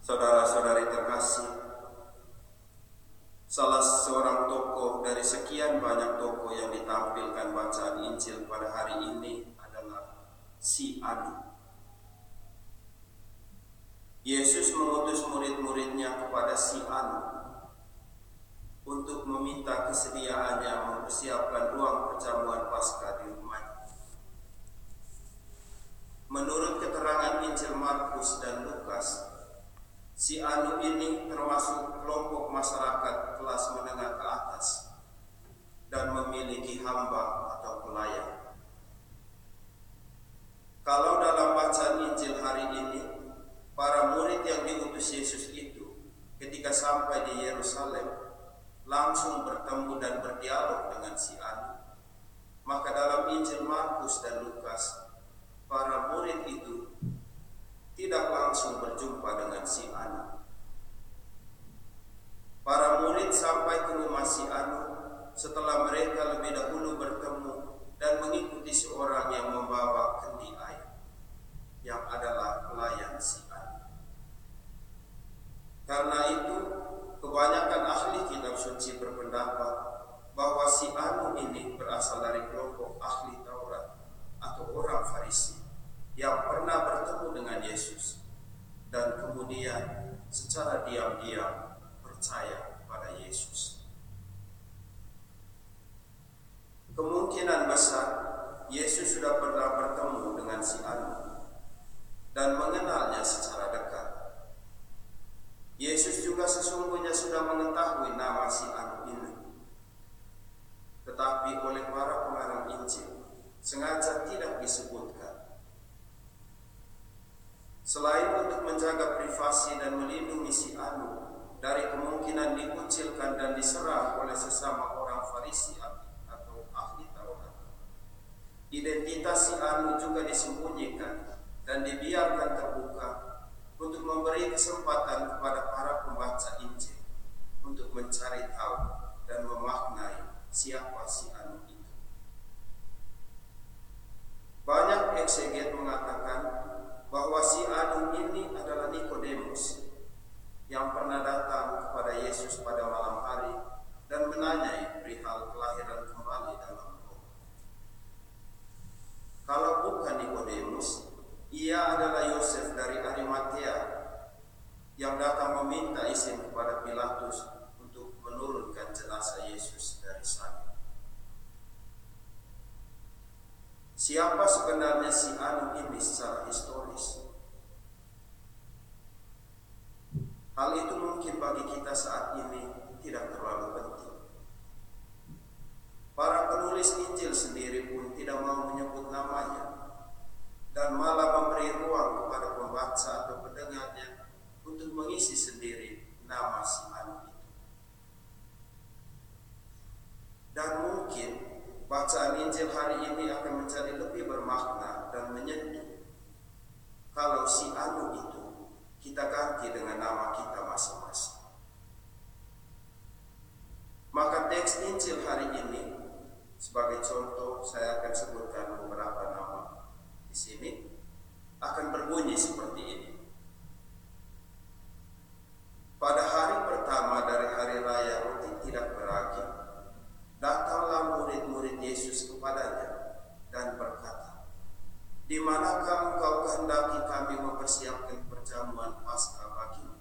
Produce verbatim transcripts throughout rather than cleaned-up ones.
Saudara-saudari terkasih, salah seorang tokoh dari sekian banyak tokoh yang ditampilkan bacaan Injil pada hari ini adalah si Anu. Yesus mengutus murid-muridnya kepada si Anu untuk meminta kesediaannya mempersiapkan ruang perjamuan Paskah di rumahnya. Menurut keterangan Injil Markus dan Lukas, si Anu ini termasuk kelompok masyarakat kelas menengah ke atas dan memiliki hamba atau pelayan. Kalau dalam bacaan Injil hari ini, para murid yang diutus Yesus itu ketika sampai di Yerusalem langsung bertemu dan berdialog dengan si Anu, maka dalam Injil Markus dan Lukas, para murid itu tidak langsung berjumpa dengan si Anu. Para murid sampai ke rumah si Anu setelah mereka lebih dahulu bertemu dan mengikuti seorang yang membawa kendi air, yang adalah pelayan si Anu. Karena itu, kebanyakan ahli kitab suci berpendapat bahwa si Anu ini berasal dari kelompok ahli Taurat atau orang Farisi yang pernah bertemu dengan Yesus dan kemudian secara diam-diam percaya pada Yesus. Kemungkinan besar Yesus sudah pernah bertemu dengan si Anu dan mengenalnya secara dekat. Yesus juga sesungguhnya sudah mengetahui nama si Anu ini, tetapi oleh para pengarang Injil sengaja tidak disebutkan. Selain untuk menjaga privasi dan melindungi si Anu dari kemungkinan dikucilkan dan diserang oleh sesama orang Farisi atau ahli Taurat, identitas si Anu juga disembunyikan dan dibiarkan terbuka untuk memberi kesempatan kepada para pembaca Injil untuk mencari tahu dan memaknai siapa si Anu itu. Banyak ekseget mengatakan bahwa si Anu ini adalah Nikodemus yang pernah datang kepada Yesus pada malam hari dan menanyai perihal kelahiran kembali dalam roh. Kalau bukan Nikodemus, ia adalah Yosef dari Arimatea yang datang meminta izin kepada Pilatus untuk menurunkan jenazah Yesus dari salib. Siapa sebenarnya si Anu ini secara historis? Hal itu mungkin bagi kita saat ini tidak terlalu penting. Para penulis Injil sendiri pun tidak mau menyebut namanya dan malah memberi ruang kepada pembaca atau pendengarnya untuk mengisi sendiri nama si Anu itu. Dan mungkin bacaan Injil hari ini akan menjadi lebih bermakna dan menyentuh kalau si Anu itu kita ganti dengan nama kita masing-masing. Maka teks Injil hari ini, sebagai contoh, saya akan sebutkan beberapa nama di sini, akan berbunyi seperti ini. Pada hari pertama dari hari raya roti tidak beragi, datanglah murid-murid Yesus kepadanya dan berkata, "Di manakah engkau kehendaki kami mempersiapkan perjamuan Paskah bagimu?"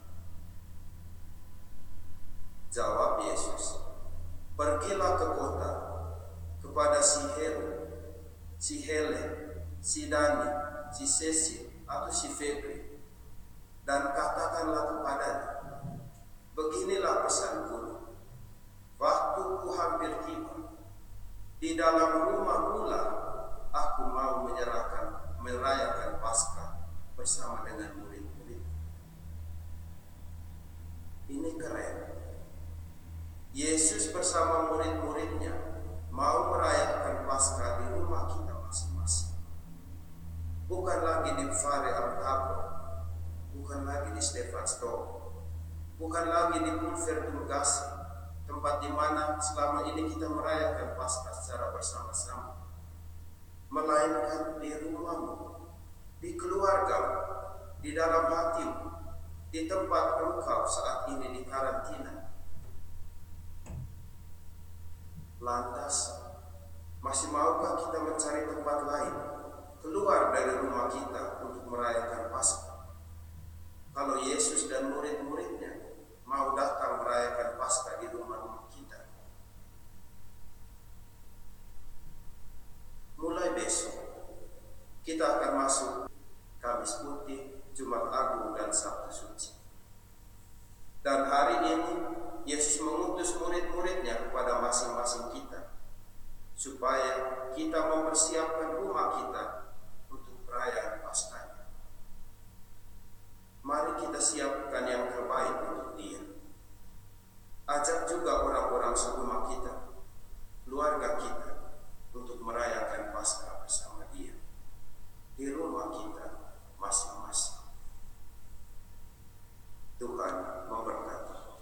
Jawab Yesus, "Pergilah ke kota, kepada si Hele, si Hele, si Dani, si Sesi, atau si Febri, dan katakanlah kepadanya, beginilah pesanku, waktuku hampir tiba. Di dalam rumah mula aku mau menyerahkan, merayakan Paskah bersama dengan murid-murid." Ini keren. Yesus bersama murid-muridnya mau merayakan Paskah di rumah kita masing-masing. Bukan lagi di Fare Al-Tabor, bukan lagi di Stephansdorf, bukan lagi di Pulverturgasi, tempat di mana selama ini kita merayakan Paskah secara bersama-sama, melainkan di rumahmu, di keluargamu, di dalam hatimu, di tempat engkau saat ini dikarantina. Lantas, masih maukah kita mencari tempat lain keluar dari rumah kita untuk merayakan Paskah? Kalau Yesus dan murid-muridnya mau datang